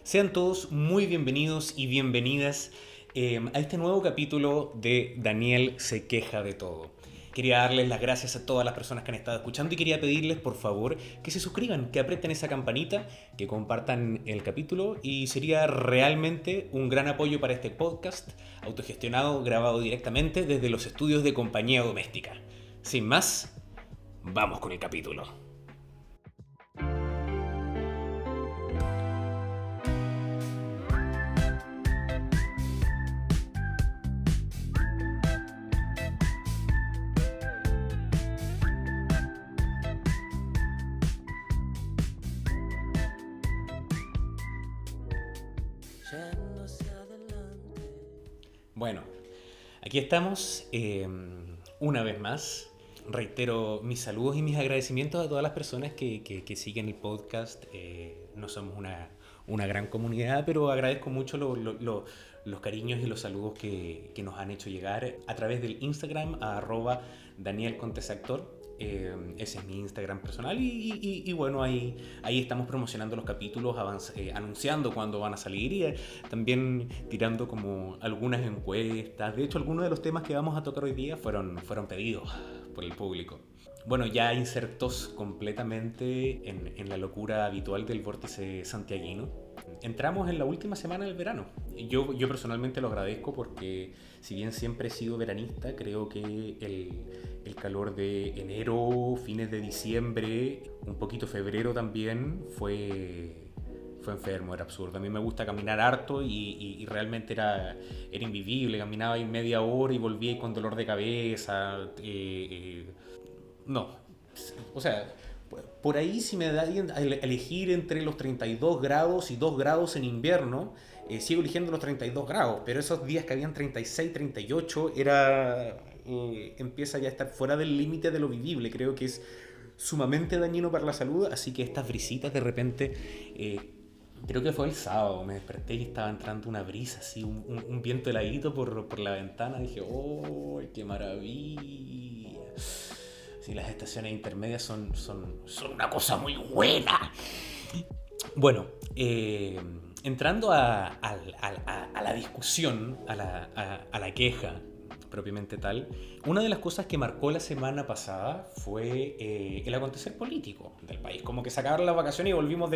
Sean todos muy bienvenidos y bienvenidas a este nuevo capítulo de Daniel se queja de todo. Quería darles las gracias a todas las personas que han estado escuchando y quería pedirles por favor que se suscriban, que aprieten esa campanita, que compartan el capítulo y sería realmente un gran apoyo para este podcast autogestionado, grabado directamente desde los estudios de Compañía Doméstica. Sin más, vamos con el capítulo. Bueno, aquí estamos una vez más. Reitero mis saludos y mis agradecimientos a todas las personas que siguen el podcast. No somos una gran comunidad, pero agradezco mucho los cariños y los saludos que nos han hecho llegar a través del Instagram a @DanielContesActor. Ese es mi Instagram personal y bueno, ahí estamos promocionando los capítulos, anunciando cuándo van a salir y también tirando como algunas encuestas. De hecho, algunos de los temas que vamos a tocar hoy día fueron pedidos por el público. Bueno, ya insertos completamente en la locura habitual del vórtice santiaguino. Entramos en la última semana del verano. Yo personalmente lo agradezco porque si bien siempre he sido veranista, creo que el calor de enero, fines de diciembre, un poquito febrero también fue enfermo, era absurdo. A mí me gusta caminar harto y realmente era invivible. Caminaba ahí media hora y volvía con dolor de cabeza. No, o sea, por ahí si me da a elegir entre los 32 grados y 2 grados en invierno, sigo eligiendo los 32 grados, pero esos días que habían 36, 38, empieza ya a estar fuera del límite de lo vivible. Creo que es sumamente dañino para la salud, así que estas brisitas de repente, creo que fue el sábado, me desperté y estaba entrando una brisa, así, un viento heladito por la ventana, dije, ¡oh, qué maravilla! Sí, las estaciones intermedias son una cosa muy buena. Bueno, entrando a la discusión, a la queja propiamente tal, una de las cosas que marcó la semana pasada fue el acontecer político del país. Como que se acabaron las vacaciones y volvimos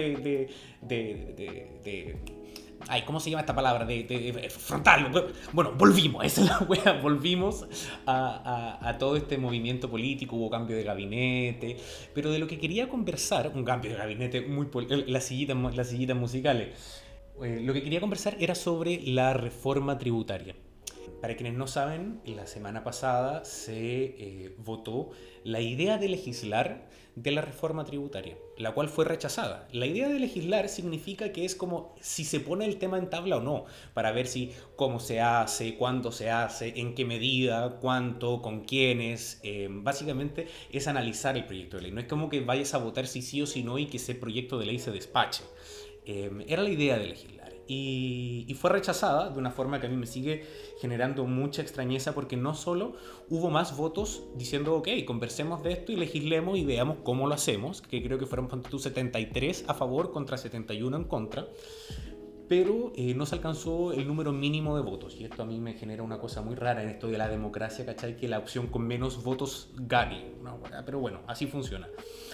Ay, ¿cómo se llama esta palabra? Frontal. Bueno, volvimos, esa es la wea. Volvimos a todo este movimiento político, hubo cambio de gabinete. Pero de lo que quería conversar, un cambio de gabinete las sillitas musicales. Lo que quería conversar era sobre la reforma tributaria. Para quienes no saben, la semana pasada se votó la idea de legislar de la reforma tributaria, la cual fue rechazada. La idea de legislar significa que es como si se pone el tema en tabla o no, para ver si cómo se hace, cuándo se hace, en qué medida, cuánto, con quiénes. Básicamente es analizar el proyecto de ley. No es como que vayas a votar si sí o si no y que ese proyecto de ley se despache. Era la idea de legislar. Y fue rechazada de una forma que a mí me sigue generando mucha extrañeza porque no solo hubo más votos diciendo ok, conversemos de esto y legislemos y veamos cómo lo hacemos, que creo que fueron 73 a favor contra 71 en contra, pero no se alcanzó el número mínimo de votos y esto a mí me genera una cosa muy rara en esto de la democracia, ¿cachai? Que la opción con menos votos gane, ¿no? Pero bueno, así funciona.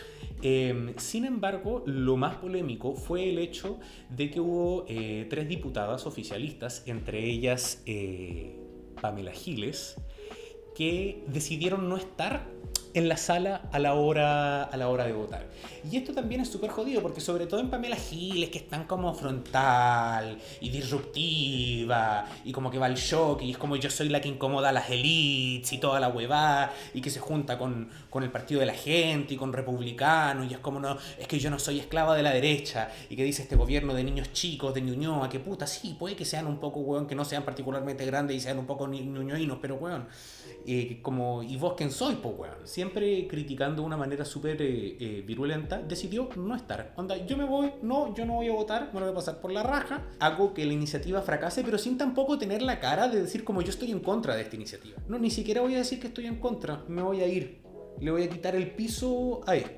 Sin embargo, lo más polémico fue el hecho de que hubo 3 diputadas oficialistas, entre ellas Pamela Giles, que decidieron no estar en la sala a la hora de votar. Y esto también es súper jodido porque sobre todo en Pamela Giles, que es tan como frontal y disruptiva y como que va al shock y es como yo soy la que incomoda a las elites y toda la huevada y que se junta con el partido de la gente y con republicanos y es como no, es que yo no soy esclava de la derecha y que dice este gobierno de niños chicos de Ñuñoa, que puta, sí, puede que sean un poco, weón, que no sean particularmente grandes y sean un poco ñuñoinos, pero weón, como, ¿y vos quién soy, po, weón? Siempre criticando de una manera súper virulenta, decidió no estar. Onda, yo me voy, no, yo no voy a votar, me lo voy a pasar por la raja, hago que la iniciativa fracase, pero sin tampoco tener la cara de decir como yo estoy en contra de esta iniciativa. No, ni siquiera voy a decir que estoy en contra, me voy a ir, le voy a quitar el piso a esto.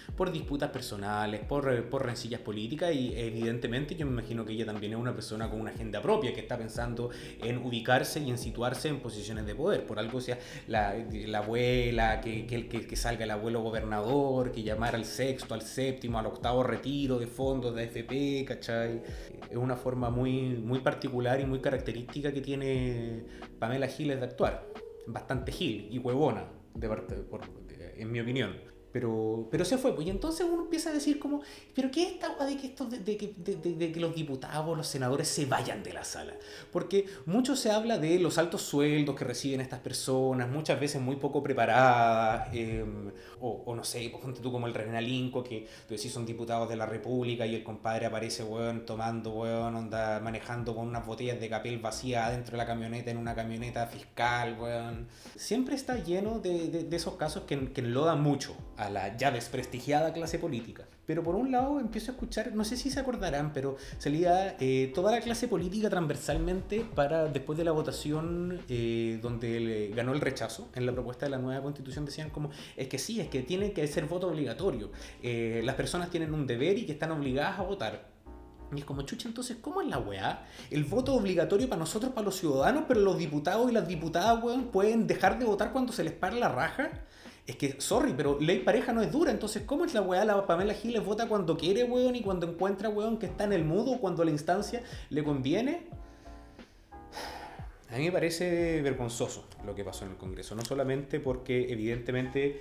por disputas personales, por rencillas políticas y evidentemente yo me imagino que ella también es una persona con una agenda propia que está pensando en ubicarse y en situarse en posiciones de poder. Por algo sea la abuela, que salga el abuelo gobernador, que llamara al sexto, al séptimo, al octavo retiro de fondos de AFP, ¿cachai? Es una forma muy particular y muy característica que tiene Pamela Giles de actuar. Bastante gil y huevona, en mi opinión. Pero se fue, pues, y entonces uno empieza a decir como, ¿pero qué es esta hueá de que los diputados, los senadores se vayan de la sala? Porque mucho se habla de los altos sueldos que reciben estas personas, muchas veces muy poco preparadas, o no sé, pues ponte tú como el René Linco, que tú decís son diputados de la República y el compadre aparece, weón, tomando, weón, onda, manejando con unas botellas de capel vacías adentro de la camioneta, en una camioneta fiscal, weón. Siempre está lleno de esos casos que enlodan mucho a la ya desprestigiada clase política. Pero por un lado empiezo a escuchar, no sé si se acordarán, pero salía toda la clase política transversalmente para después de la votación donde ganó el rechazo en la propuesta de la nueva constitución, decían como, es que sí, es que tiene que ser voto obligatorio. Las personas tienen un deber y que están obligadas a votar. Y es como, chucha, entonces, ¿cómo es la weá? El voto obligatorio para nosotros, para los ciudadanos, pero los diputados y las diputadas, weón, pueden dejar de votar cuando se les para la raja. Es que, sorry, pero ley pareja no es dura, entonces, ¿cómo es la weá? La Pamela Giles vota cuando quiere, weón, y cuando encuentra, weón, que está en el mudo, cuando la instancia le conviene. A mí me parece vergonzoso lo que pasó en el Congreso, no solamente porque, evidentemente,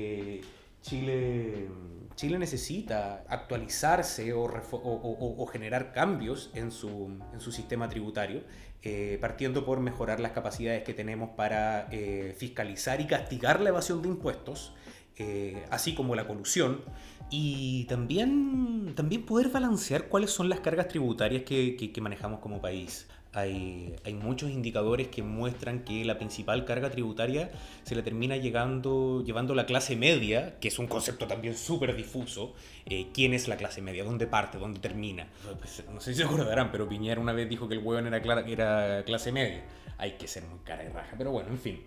Chile necesita actualizarse o generar cambios en su sistema tributario, partiendo por mejorar las capacidades que tenemos para fiscalizar y castigar la evasión de impuestos, así como la colusión, y también poder balancear cuáles son las cargas tributarias que manejamos como país. Hay muchos indicadores que muestran que la principal carga tributaria se la termina llevando la clase media, que es un concepto también súper difuso. ¿Quién es la clase media? ¿Dónde parte? ¿Dónde termina? Pues, no sé si se acordarán, pero Piñera una vez dijo que el hueón era clase media. Hay que ser muy cara y raja, pero bueno, en fin.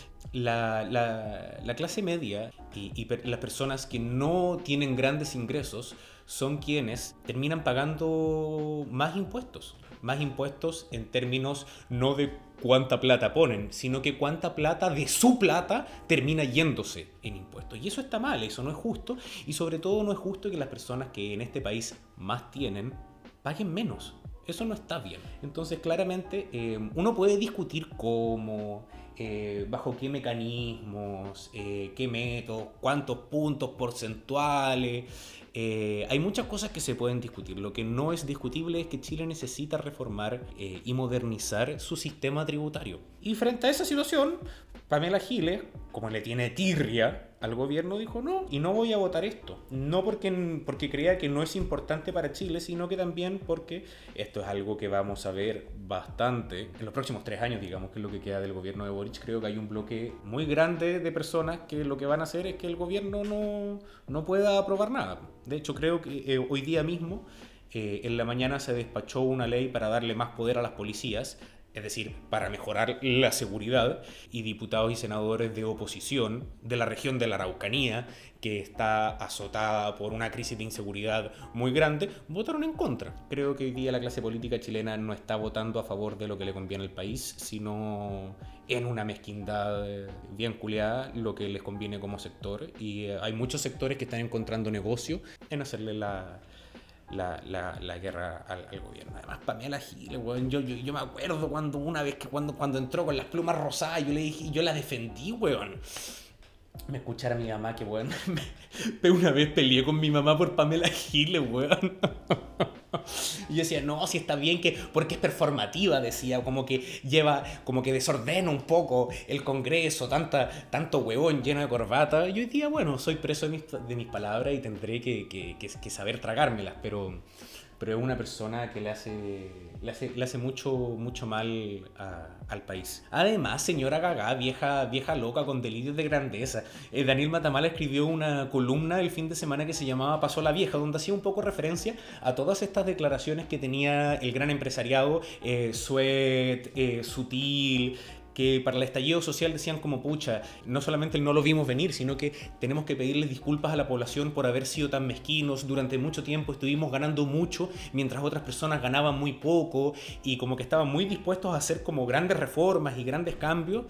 La clase media y las personas que no tienen grandes ingresos son quienes terminan pagando más impuestos. Más impuestos en términos no de cuánta plata ponen, sino que cuánta plata de su plata termina yéndose en impuestos. Y eso está mal, eso no es justo, y sobre todo no es justo que las personas que en este país más tienen paguen menos. Eso no está bien. Entonces, claramente, uno puede discutir cómo, bajo qué mecanismos, qué métodos, cuántos puntos porcentuales. Hay muchas cosas que se pueden discutir. Lo que no es discutible es que Chile necesita reformar y modernizar su sistema tributario. Y frente a esa situación, Pamela Giles, como le tiene tirria al gobierno, dijo no, y no voy a votar esto. No porque crea que no es importante para Chile, sino que también porque esto es algo que vamos a ver bastante en los próximos 3 años, digamos, que es lo que queda del gobierno de Boric. Creo que hay un bloque muy grande de personas que lo que van a hacer es que el gobierno no pueda aprobar nada. De hecho, creo que hoy día mismo, en la mañana se despachó una ley para darle más poder a las policías, es decir, para mejorar la seguridad, y diputados y senadores de oposición de la región de la Araucanía, que está azotada por una crisis de inseguridad muy grande, votaron en contra. Creo que hoy día la clase política chilena no está votando a favor de lo que le conviene al país, sino en una mezquindad bien culiada, lo que les conviene como sector, y hay muchos sectores que están encontrando negocio en hacerle la guerra al gobierno. Además, Pamela Giles, weón, yo me acuerdo cuando entró con las plumas rosadas, yo le dije, yo la defendí, weón. Me escuchara mi mamá que, weón, una vez peleé con mi mamá por Pamela Giles, weón. Y yo decía, no, si está bien, porque es performativa, decía, como que desordena un poco el Congreso, tanto huevón lleno de corbata. Y hoy día, bueno, soy preso de mis palabras y tendré que saber tragármelas, pero es una persona que le hace mucho mal al país. Además, señora Gagá, vieja loca con delirios de grandeza. Daniel Matamala escribió una columna el fin de semana que se llamaba Pasó la vieja, donde hacía un poco referencia a todas estas declaraciones que tenía el gran empresariado, Suet, Sutil, que para el estallido social decían como pucha, no solamente no lo vimos venir, sino que tenemos que pedirles disculpas a la población por haber sido tan mezquinos. Durante mucho tiempo estuvimos ganando mucho mientras otras personas ganaban muy poco y como que estaban muy dispuestos a hacer como grandes reformas y grandes cambios.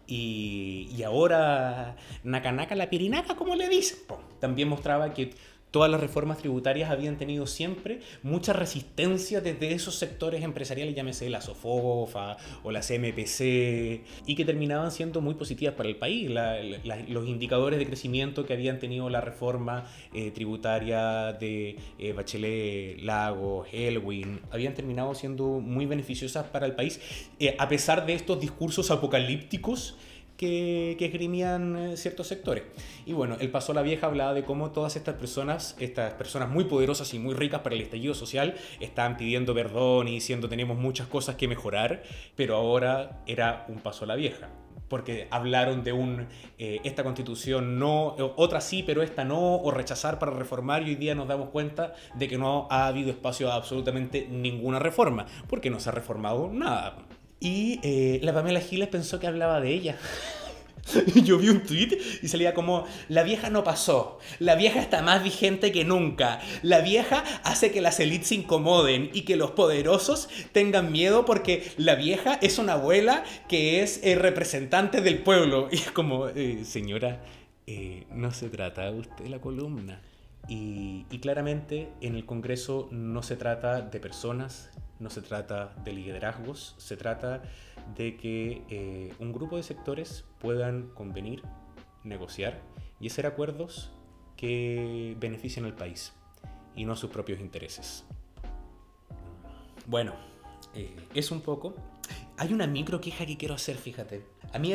Y ahora, naca naca la pirinaca, como le dicen. También mostraba que todas las reformas tributarias habían tenido siempre mucha resistencia desde esos sectores empresariales, llámese la SOFOFA o la CMPC, y que terminaban siendo muy positivas para el país. Los indicadores de crecimiento que habían tenido la reforma tributaria de Bachelet, Lagos, Elwin, habían terminado siendo muy beneficiosas para el país, a pesar de estos discursos apocalípticos que esgrimían ciertos sectores. Y bueno, el Paso a la Vieja hablaba de cómo todas estas personas muy poderosas y muy ricas para el estallido social, estaban pidiendo perdón y diciendo tenemos muchas cosas que mejorar, pero ahora era un paso a la vieja. Porque hablaron de esta constitución no, otra sí, pero esta no, o rechazar para reformar, y hoy día nos damos cuenta de que no ha habido espacio a absolutamente ninguna reforma, porque no se ha reformado nada. Y la Pamela Giles pensó que hablaba de ella. Yo vi un tweet y salía como: la vieja no pasó, la vieja está más vigente que nunca, la vieja hace que las élites se incomoden y que los poderosos tengan miedo porque la vieja es una abuela que es representante del pueblo. Y es como, señora, no se trata de usted la columna. Y claramente en el Congreso no se trata de personas, no se trata de liderazgos, se trata de que un grupo de sectores puedan convenir, negociar y hacer acuerdos que beneficien al país y no sus propios intereses. Bueno, es un poco... Hay una micro queja que quiero hacer, fíjate. A mí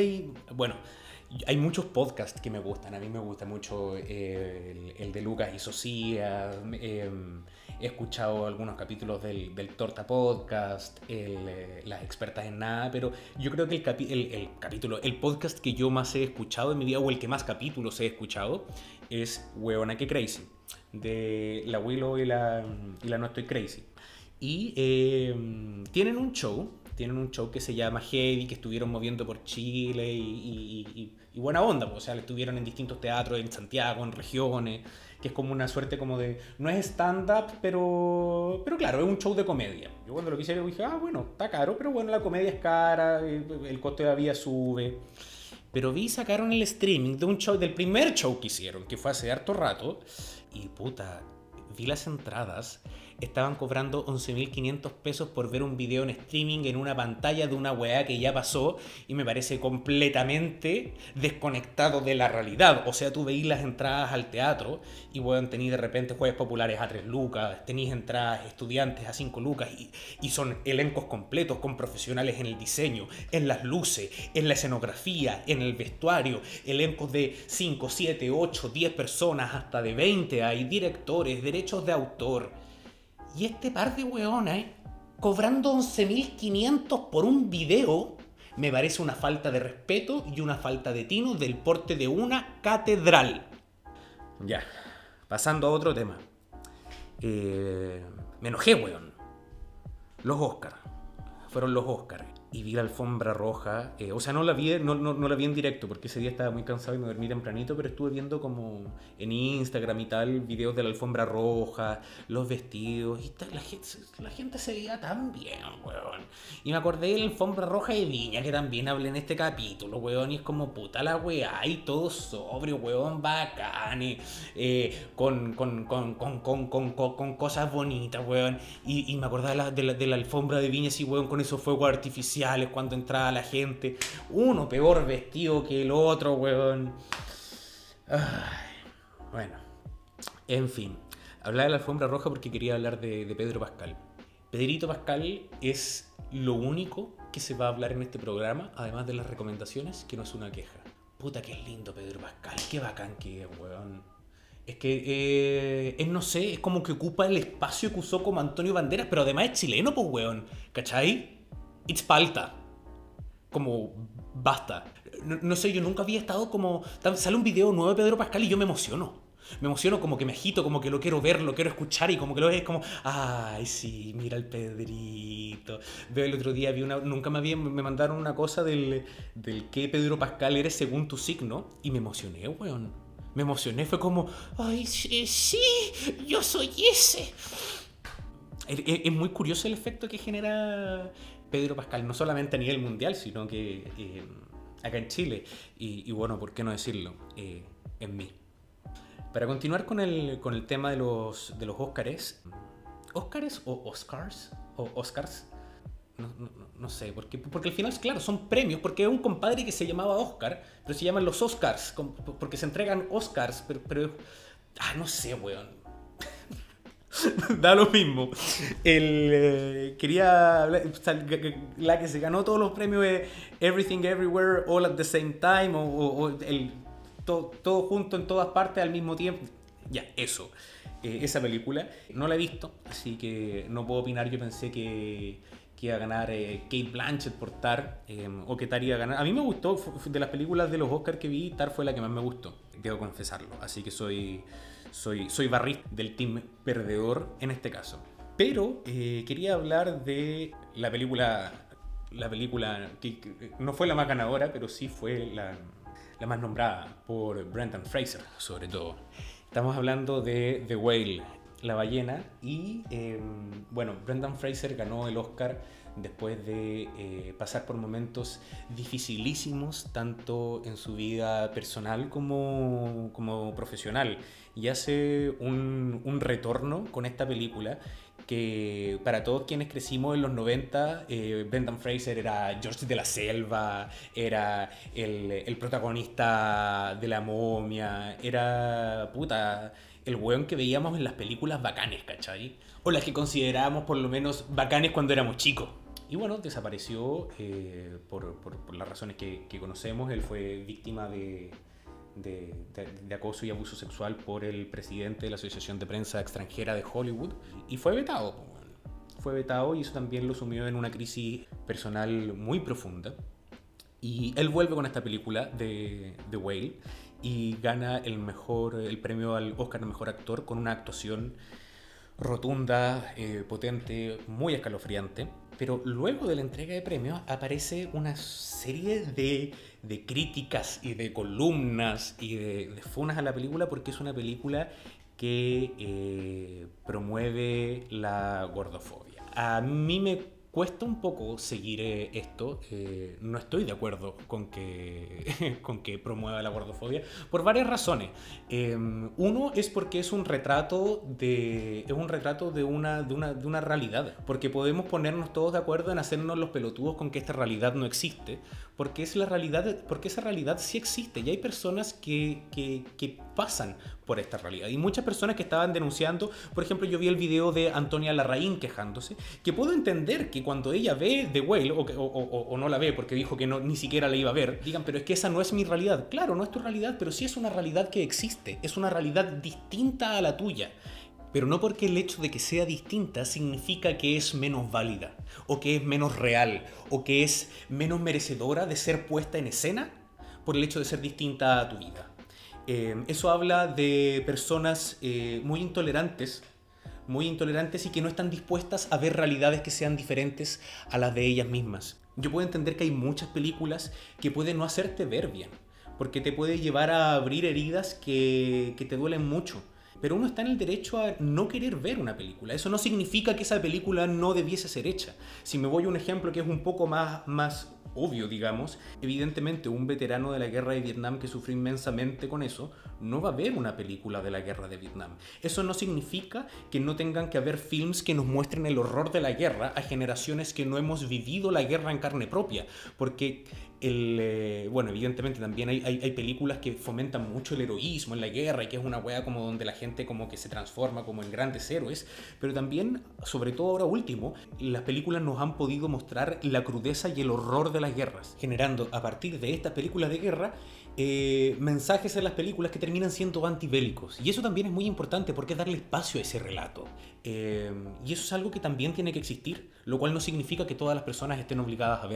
hay muchos podcasts que me gustan. A mí me gusta mucho el de Lucas y Socia. He escuchado algunos capítulos del Torta Podcast, Las Expertas en Nada, pero yo creo que el podcast que yo más he escuchado en mi vida, o el que más capítulos he escuchado, es Weona que Crazy, de la Willow y la No Estoy Crazy. Y tienen un show que se llama Heavy, que estuvieron moviendo por Chile y buena onda, o sea, estuvieron en distintos teatros en Santiago, en regiones, que es como una suerte como de... No es stand-up, pero claro, es un show de comedia. Yo cuando lo quise ver dije, bueno, está caro, pero bueno, la comedia es cara, el costo de la vida sube. Pero sacaron el streaming de un show, del primer show que hicieron, que fue hace harto rato, y puta, vi las entradas. Estaban cobrando 11.500 pesos por ver un video en streaming en una pantalla de una weá que ya pasó, y me parece completamente desconectado de la realidad. O sea, tú veís las entradas al teatro y weón, tenís de repente jueves populares a 3 lucas, tenís entradas estudiantes a 5 lucas y son elencos completos con profesionales en el diseño, en las luces, en la escenografía, en el vestuario, elencos de 5, 7, 8, 10 personas, hasta de 20, hay directores, derechos de autor. Y este par de weonas, cobrando 11.500 por un video, me parece una falta de respeto y una falta de tino del porte de una catedral. Ya, pasando a otro tema. Me enojé, weón. Los Oscars. Fueron los Oscars. Y vi la alfombra roja. O sea, no la vi en directo porque ese día estaba muy cansado y me dormí tempranito, pero estuve viendo como en Instagram y tal, videos de la alfombra roja, los vestidos, y tal, la gente se veía tan bien, weón. Y me acordé de la alfombra roja de Viña, que también hablé en este capítulo, weón, y es como puta la weá, y todo sobrio, weón, bacán, con cosas bonitas, weón. Y me acordaba de la alfombra de Viña, así, weón, con esos fuegos artificiales cuando entraba la gente, uno peor vestido que el otro, weón. Bueno, en fin, hablaba de la alfombra roja porque quería hablar de Pedro Pascal. Pedrito Pascal es lo único que se va a hablar en este programa, además de las recomendaciones, que no es una queja. Puta que es lindo Pedro Pascal, qué bacán que es, weón. Es que, no sé, es como que ocupa el espacio que usó como Antonio Banderas, pero además es chileno, pues, weón, ¿cachai? It's palta. Como, basta. No sé, yo nunca había estado como... Sale un video nuevo de Pedro Pascal y yo me emociono. Me emociono, como que me agito, como que lo quiero ver, lo quiero escuchar y como que lo es como, ay, sí, mira el Pedrito. Veo el otro día, nunca me mandaron una cosa del que Pedro Pascal eres según tu signo y me emocioné, weón. Me emocioné, fue como, ay, sí, sí, yo soy ese. Es muy curioso el efecto que genera Pedro Pascal, no solamente a nivel mundial, sino que acá en Chile. Y bueno, ¿por qué no decirlo? En mí. Para continuar con el tema de los Óscares. ¿Óscares o Oscars? ¿O Oscars? No sé, porque al final, claro, son premios, porque es un compadre que se llamaba Oscar, pero se llaman los Oscars, porque se entregan Oscars, pero no sé, weón. Da lo mismo. Quería hablar, o sea, la que se ganó todos los premios es Everything Everywhere All at the Same Time o todo junto en todas partes al mismo tiempo. Ya, eso. Esa película no la he visto, así que no puedo opinar. Yo pensé que iba a ganar Cate Blanchett por Tar, o que Tar iba a ganar. A mí me gustó, de las películas de los Oscars que vi, Tar fue la que más me gustó, debo confesarlo. Así que soy barrista del team perdedor en este caso. Pero quería hablar de la película que no fue la más ganadora, pero sí fue la más nombrada por Brendan Fraser, sobre todo. Estamos hablando de The Whale, la ballena, y bueno, Brendan Fraser ganó el Oscar después de pasar por momentos dificilísimos, tanto en su vida personal como profesional, y hace un retorno con esta película que para todos quienes crecimos en los 90, Brendan Fraser era George de la Selva, era el protagonista de La Momia, era el weón que veíamos en las películas bacanes, ¿cachai? O las que considerábamos por lo menos bacanes cuando éramos chicos. Y bueno, desapareció por las razones que conocemos. Él fue víctima de acoso y abuso sexual por el presidente de la Asociación de Prensa Extranjera de Hollywood, y fue vetado. Fue vetado, y eso también lo sumió en una crisis personal muy profunda. Y él vuelve con esta película de The Whale y gana el premio al Oscar de Mejor Actor con una actuación rotunda, potente, muy escalofriante. Pero luego de la entrega de premios aparece una serie de críticas y de columnas y de funas a la película, porque es una película que promueve la gordofobia. A mí me cuesta un poco seguir esto. No estoy de acuerdo con que promueva la gordofobia por varias razones. Uno es porque es un retrato de una realidad, porque podemos ponernos todos de acuerdo en hacernos los pelotudos con que esta realidad no existe, porque esa realidad sí existe, y hay personas que pasan por esta realidad, y muchas personas que estaban denunciando. Por ejemplo, yo vi el video de Antonia Larraín quejándose, que puedo entender que cuando ella ve The Whale, o no la ve porque dijo que ni siquiera la iba a ver, digan, pero es que esa no es mi realidad. Claro, no es tu realidad, pero sí es una realidad que existe, es una realidad distinta a la tuya. Pero no porque el hecho de que sea distinta significa que es menos válida, o que es menos real, o que es menos merecedora de ser puesta en escena por el hecho de ser distinta a tu vida. Eso habla de personas muy intolerantes y que no están dispuestas a ver realidades que sean diferentes a las de ellas mismas. Yo puedo entender que hay muchas películas que pueden no hacerte ver bien, porque te puede llevar a abrir heridas que te duelen mucho. Pero uno está en el derecho a no querer ver una película. Eso no significa que esa película no debiese ser hecha. Si me voy a un ejemplo que es un poco más obvio, digamos, evidentemente un veterano de la guerra de Vietnam que sufrió inmensamente con eso, no va a ver una película de la guerra de Vietnam. Eso no significa que no tengan que haber films que nos muestren el horror de la guerra a generaciones que no hemos vivido la guerra en carne propia, porque bueno, evidentemente también hay películas que fomentan mucho el heroísmo en la guerra, y que es una wea como donde la gente como que se transforma como en grandes héroes, pero también, sobre todo ahora último, las películas nos han podido mostrar la crudeza y el horror de las guerras, generando a partir de estas películas de guerra mensajes en las películas que terminan siendo antibélicos, y eso también es muy importante porque es darle espacio a ese relato, y eso es algo que también tiene que existir, lo cual no significa que todas las personas estén obligadas a verla.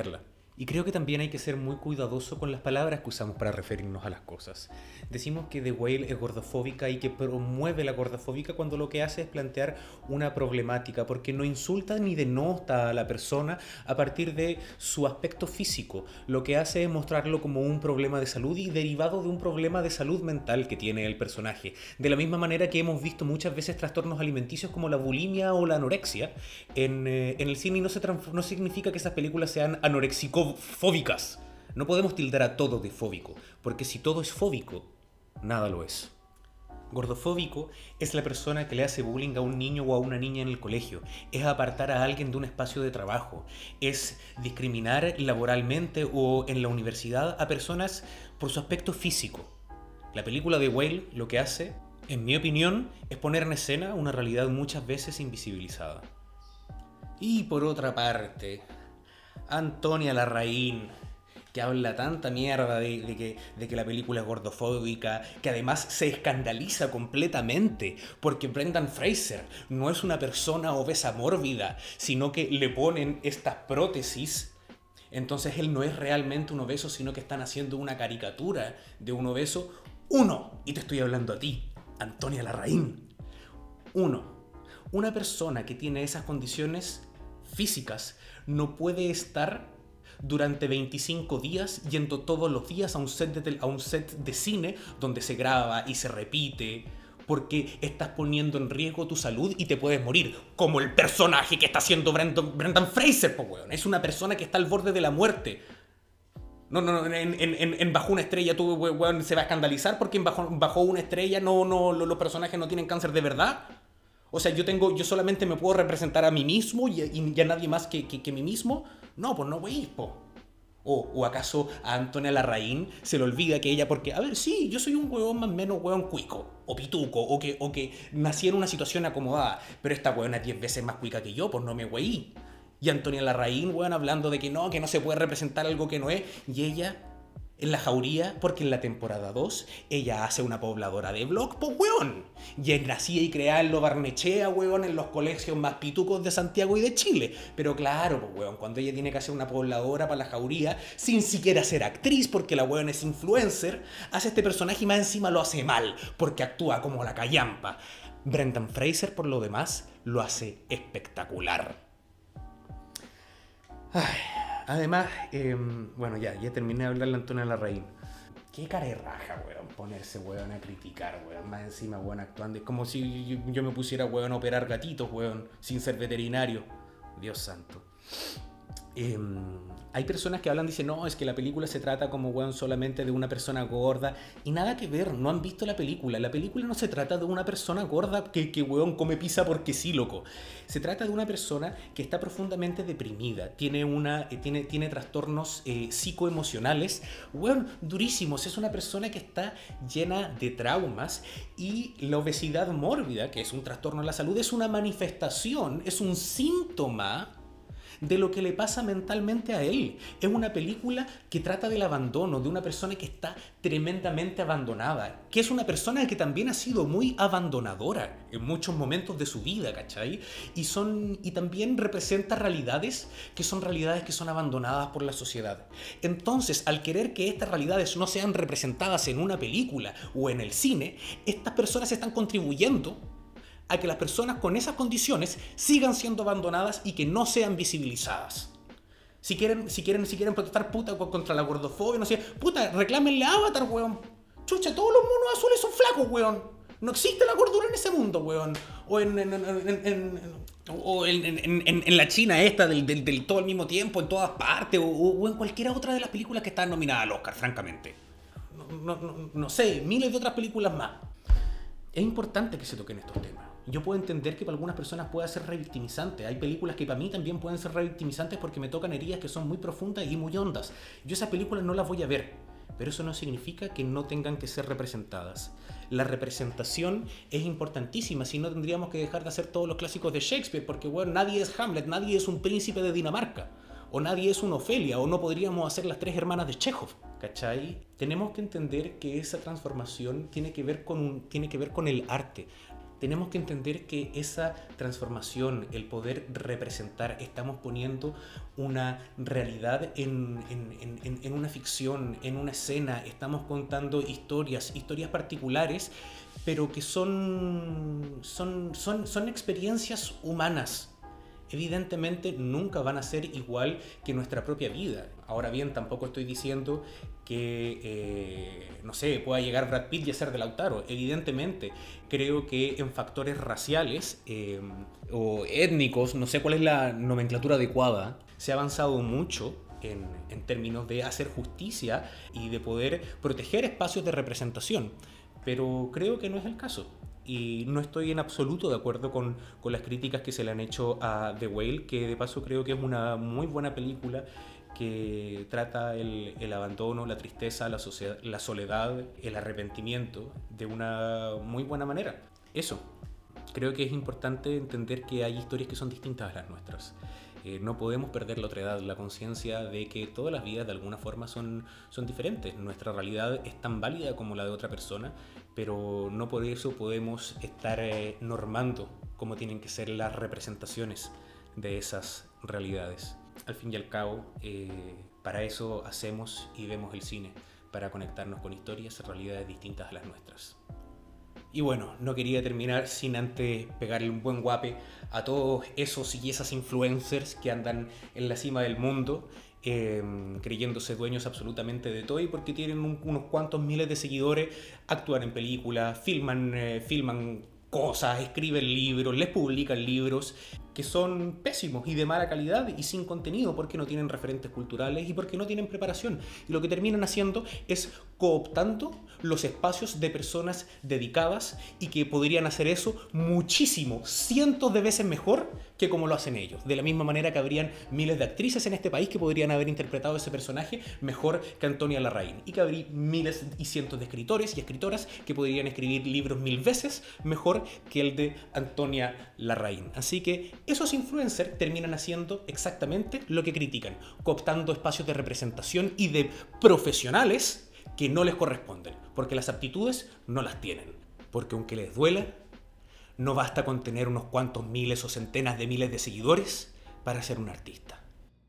Y creo que también hay que ser muy cuidadoso con las palabras que usamos para referirnos a las cosas. Decimos que The Whale es gordofóbica y que promueve la gordofóbica cuando lo que hace es plantear una problemática, porque no insulta ni denota a la persona a partir de su aspecto físico. Lo que hace es mostrarlo como un problema de salud y derivado de un problema de salud mental que tiene el personaje. De la misma manera que hemos visto muchas veces trastornos alimenticios como la bulimia o la anorexia en el cine, y no significa que esas películas sean anorexicófobicas. No podemos tildar a todo de fóbico, porque si todo es fóbico, nada lo es. Gordofóbico es la persona que le hace bullying a un niño o a una niña en el colegio, es apartar a alguien de un espacio de trabajo, es discriminar laboralmente o en la universidad a personas por su aspecto físico. La película de Whale lo que hace, en mi opinión, es poner en escena una realidad muchas veces invisibilizada. Y por otra parte, Antonia Larraín, que habla tanta mierda de que la película es gordofóbica, que además se escandaliza completamente porque Brendan Fraser no es una persona obesa mórbida, sino que le ponen estas prótesis. Entonces él no es realmente un obeso, sino que están haciendo una caricatura de un obeso. Uno, y te estoy hablando a ti, Antonia Larraín. Una persona que tiene esas condiciones físicas no puede estar durante 25 días yendo todos los días a un set de cine donde se graba y se repite, porque estás poniendo en riesgo tu salud y te puedes morir, como el personaje que está haciendo Brendan Fraser, po, weón. Es una persona que está al borde de la muerte. No, en Bajo una estrella tú, weón, se va a escandalizar porque en Bajo una estrella los personajes no tienen cáncer de verdad. O sea, yo solamente me puedo representar a mí mismo y a nadie más que mí mismo. No, pues no, wey, po. ¿O acaso a Antonia Larraín se le olvida que ella, porque, a ver, sí, yo soy un huevón más o menos huevón cuico, o pituco, o que nací en una situación acomodada, pero esta huevona es 10 veces más cuica que yo, pues no me hueí. Y Antonia Larraín, weón, hablando de que no se puede representar algo que no es, y ella en La Jauría, porque en la temporada 2 ella hace una pobladora de blog, pues weón. Y nacía y creada en Lo Barnechea, weón, en los colegios más pitucos de Santiago y de Chile. Pero claro, pues weón, cuando ella tiene que hacer una pobladora para La Jauría, sin siquiera ser actriz, porque la weón es influencer, hace este personaje y más encima lo hace mal, porque actúa como la callampa. Brendan Fraser, por lo demás, lo hace espectacular. Ay, además, bueno, ya terminé de hablarle a Antonia Larraín. Qué cara de raja, weón, ponerse, weón, a criticar, weón. Más encima, weón, actuando. Es como si yo me pusiera, weón, a operar gatitos, weón, sin ser veterinario. Dios santo. Hay personas que hablan, dicen, no, es que la película se trata como, weón, solamente de una persona gorda. Y nada que ver, no han visto la película. La película no se trata de una persona gorda que weón, come pizza porque sí, loco. Se trata de una persona que está profundamente deprimida. Tiene trastornos psicoemocionales, weón, durísimos. Es una persona que está llena de traumas. Y la obesidad mórbida, que es un trastorno en la salud, es una manifestación, es un síntoma de lo que le pasa mentalmente a él. Es una película que trata del abandono, de una persona que está tremendamente abandonada, que es una persona que también ha sido muy abandonadora en muchos momentos de su vida, ¿cachai? Y también representa realidades que son abandonadas por la sociedad. Entonces, al querer que estas realidades no sean representadas en una película o en el cine, estas personas están contribuyendo a que las personas con esas condiciones sigan siendo abandonadas y que no sean visibilizadas. Si quieren protestar, puta, contra la gordofobia, no sé, puta, reclámenle a Avatar, weón. Chucha, todos los monos azules son flacos, weón. No existe la gordura en ese mundo, weón. O en la China esta del todo al mismo tiempo, en todas partes, o en cualquiera otra de las películas que están nominadas al Oscar, francamente. No sé, miles de otras películas más. Es importante que se toquen estos temas. Yo puedo entender que para algunas personas pueda ser revictimizante. Hay películas que para mí también pueden ser revictimizantes porque me tocan heridas que son muy profundas y muy hondas. Yo esas películas no las voy a ver, pero eso no significa que no tengan que ser representadas. La representación es importantísima, si no tendríamos que dejar de hacer todos los clásicos de Shakespeare, porque bueno, nadie es Hamlet, nadie es un príncipe de Dinamarca, o nadie es una Ofelia, o no podríamos hacer las tres hermanas de Chekhov, ¿cachai? Tenemos que entender que esa transformación tiene que ver con el arte. tenemos que entender que esa transformación, el poder representar, estamos poniendo una realidad en una ficción, en una escena, estamos contando historias particulares, pero que son experiencias humanas. Evidentemente nunca van a ser igual que nuestra propia vida. Ahora bien, tampoco estoy diciendo que, no sé, pueda llegar Brad Pitt y ser de Lautaro. Evidentemente, creo que en factores raciales o étnicos, no sé cuál es la nomenclatura adecuada, se ha avanzado mucho en términos de hacer justicia y de poder proteger espacios de representación. Pero creo que no es el caso. Y no estoy en absoluto de acuerdo con las críticas que se le han hecho a The Whale, que de paso creo que es una muy buena película que trata el abandono, la tristeza, la soledad, el arrepentimiento de una muy buena manera. Eso, creo que es importante entender que hay historias que son distintas a las nuestras. No podemos perder la otredad, la conciencia de que todas las vidas de alguna forma son diferentes. Nuestra realidad es tan válida como la de otra persona, pero no por eso podemos estar normando cómo tienen que ser las representaciones de esas realidades. Al fin y al cabo, para eso hacemos y vemos el cine, para conectarnos con historias, realidades distintas a las nuestras. Y bueno, no quería terminar sin antes pegarle un buen guape a todos esos y esas influencers que andan en la cima del mundo, creyéndose dueños absolutamente de todo y porque tienen unos cuantos miles de seguidores, actúan en películas, filman cosas, escriben libros, les publican libros que son pésimos y de mala calidad y sin contenido porque no tienen referentes culturales y porque no tienen preparación. Y lo que terminan haciendo es cooptando los espacios de personas dedicadas y que podrían hacer eso muchísimo, cientos de veces mejor que como lo hacen ellos. De la misma manera que habrían miles de actrices en este país que podrían haber interpretado ese personaje mejor que Antonia Larraín y que habría miles y cientos de escritores y escritoras que podrían escribir libros 1000 veces mejor que el de Antonia Larraín. Así que esos influencers terminan haciendo exactamente lo que critican, cooptando espacios de representación y de profesionales que no les corresponden, porque las aptitudes no las tienen. Porque aunque les duela, no basta con tener unos cuantos miles o centenas de miles de seguidores para ser un artista.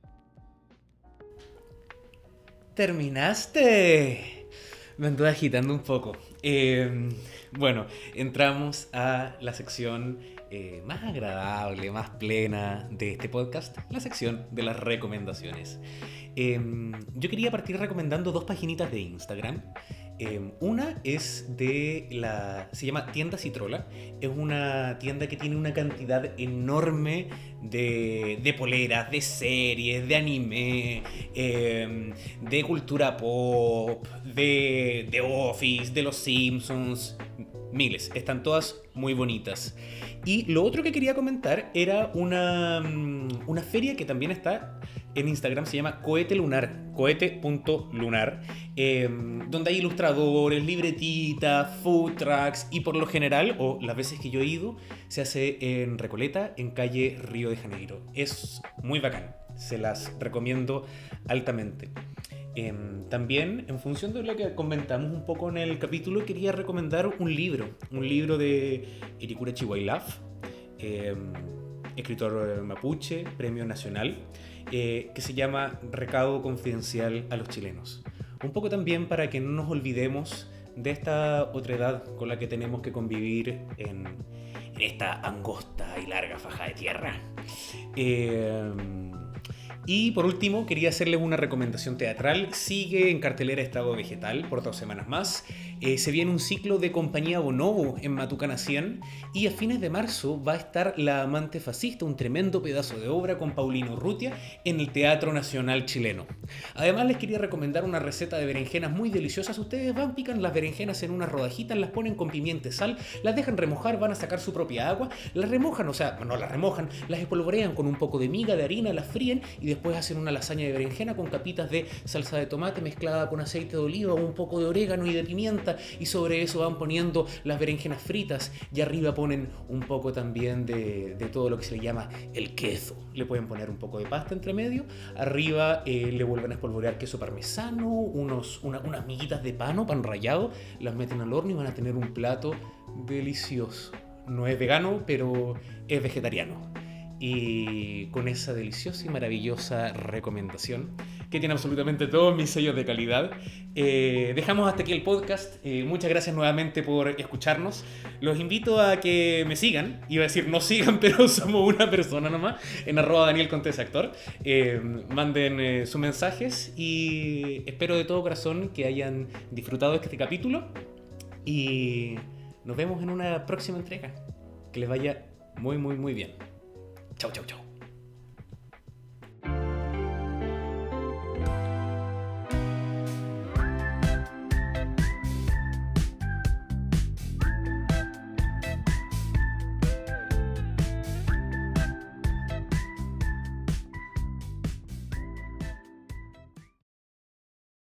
¡Terminaste! Me anduve agitando un poco. Bueno, entramos a la sección más agradable, más plena de este podcast, la sección de las recomendaciones. Yo quería partir recomendando 2 paginitas de Instagram. Una es se llama Tienda Citrola. Es una tienda que tiene una cantidad enorme de poleras, de series, de anime, de cultura pop, de Office, de Los Simpsons. Miles, están todas muy bonitas. Y lo otro que quería comentar era una feria que también está en Instagram, se llama Cohete Lunar, cohete.lunar, donde hay ilustradores, libretitas, food trucks y por lo general, o las veces que yo he ido, se hace en Recoleta, en calle Río de Janeiro. Es muy bacán, se las recomiendo altamente. También, en función de lo que comentamos un poco en el capítulo, quería recomendar un libro de Irikure Chihuailaf, escritor mapuche, premio nacional, que se llama Recado Confidencial a los Chilenos. Un poco también para que no nos olvidemos de esta otredad con la que tenemos que convivir en esta angosta y larga faja de tierra. Y por último, quería hacerles una recomendación teatral. Sigue en cartelera Estado Vegetal por 2 semanas más. Se viene un ciclo de Compañía Bonobo en Matucana 100 y a fines de marzo va a estar La Amante Fascista, un tremendo pedazo de obra con Paulino Urrutia en el Teatro Nacional Chileno. Además les quería recomendar una receta de berenjenas muy deliciosas. Ustedes van, pican las berenjenas en unas rodajitas, las ponen con pimienta y sal, las dejan remojar, van a sacar su propia agua, las remojan, o sea, no las remojan, las espolvorean con un poco de miga, de harina, las fríen y después hacen una lasaña de berenjena con capitas de salsa de tomate mezclada con aceite de oliva, un poco de orégano y de pimienta, y sobre eso van poniendo las berenjenas fritas y arriba ponen un poco también de todo lo que se le llama el queso. Le pueden poner un poco de pasta entre medio, arriba le vuelven a espolvorear queso parmesano, unas miguitas de pan rallado, las meten al horno y van a tener un plato delicioso. no es vegano, pero es vegetariano. Y con esa deliciosa y maravillosa recomendación, que tiene absolutamente todos mis sellos de calidad, dejamos hasta aquí el podcast. Muchas gracias nuevamente por escucharnos. Los invito a que me sigan. Iba a decir no sigan, pero somos una persona nomás. En @DanielContesActor. Manden sus mensajes y espero de todo corazón que hayan disfrutado de este capítulo. Y nos vemos en una próxima entrega. Que les vaya muy, muy, muy bien. Chau, chau, chau.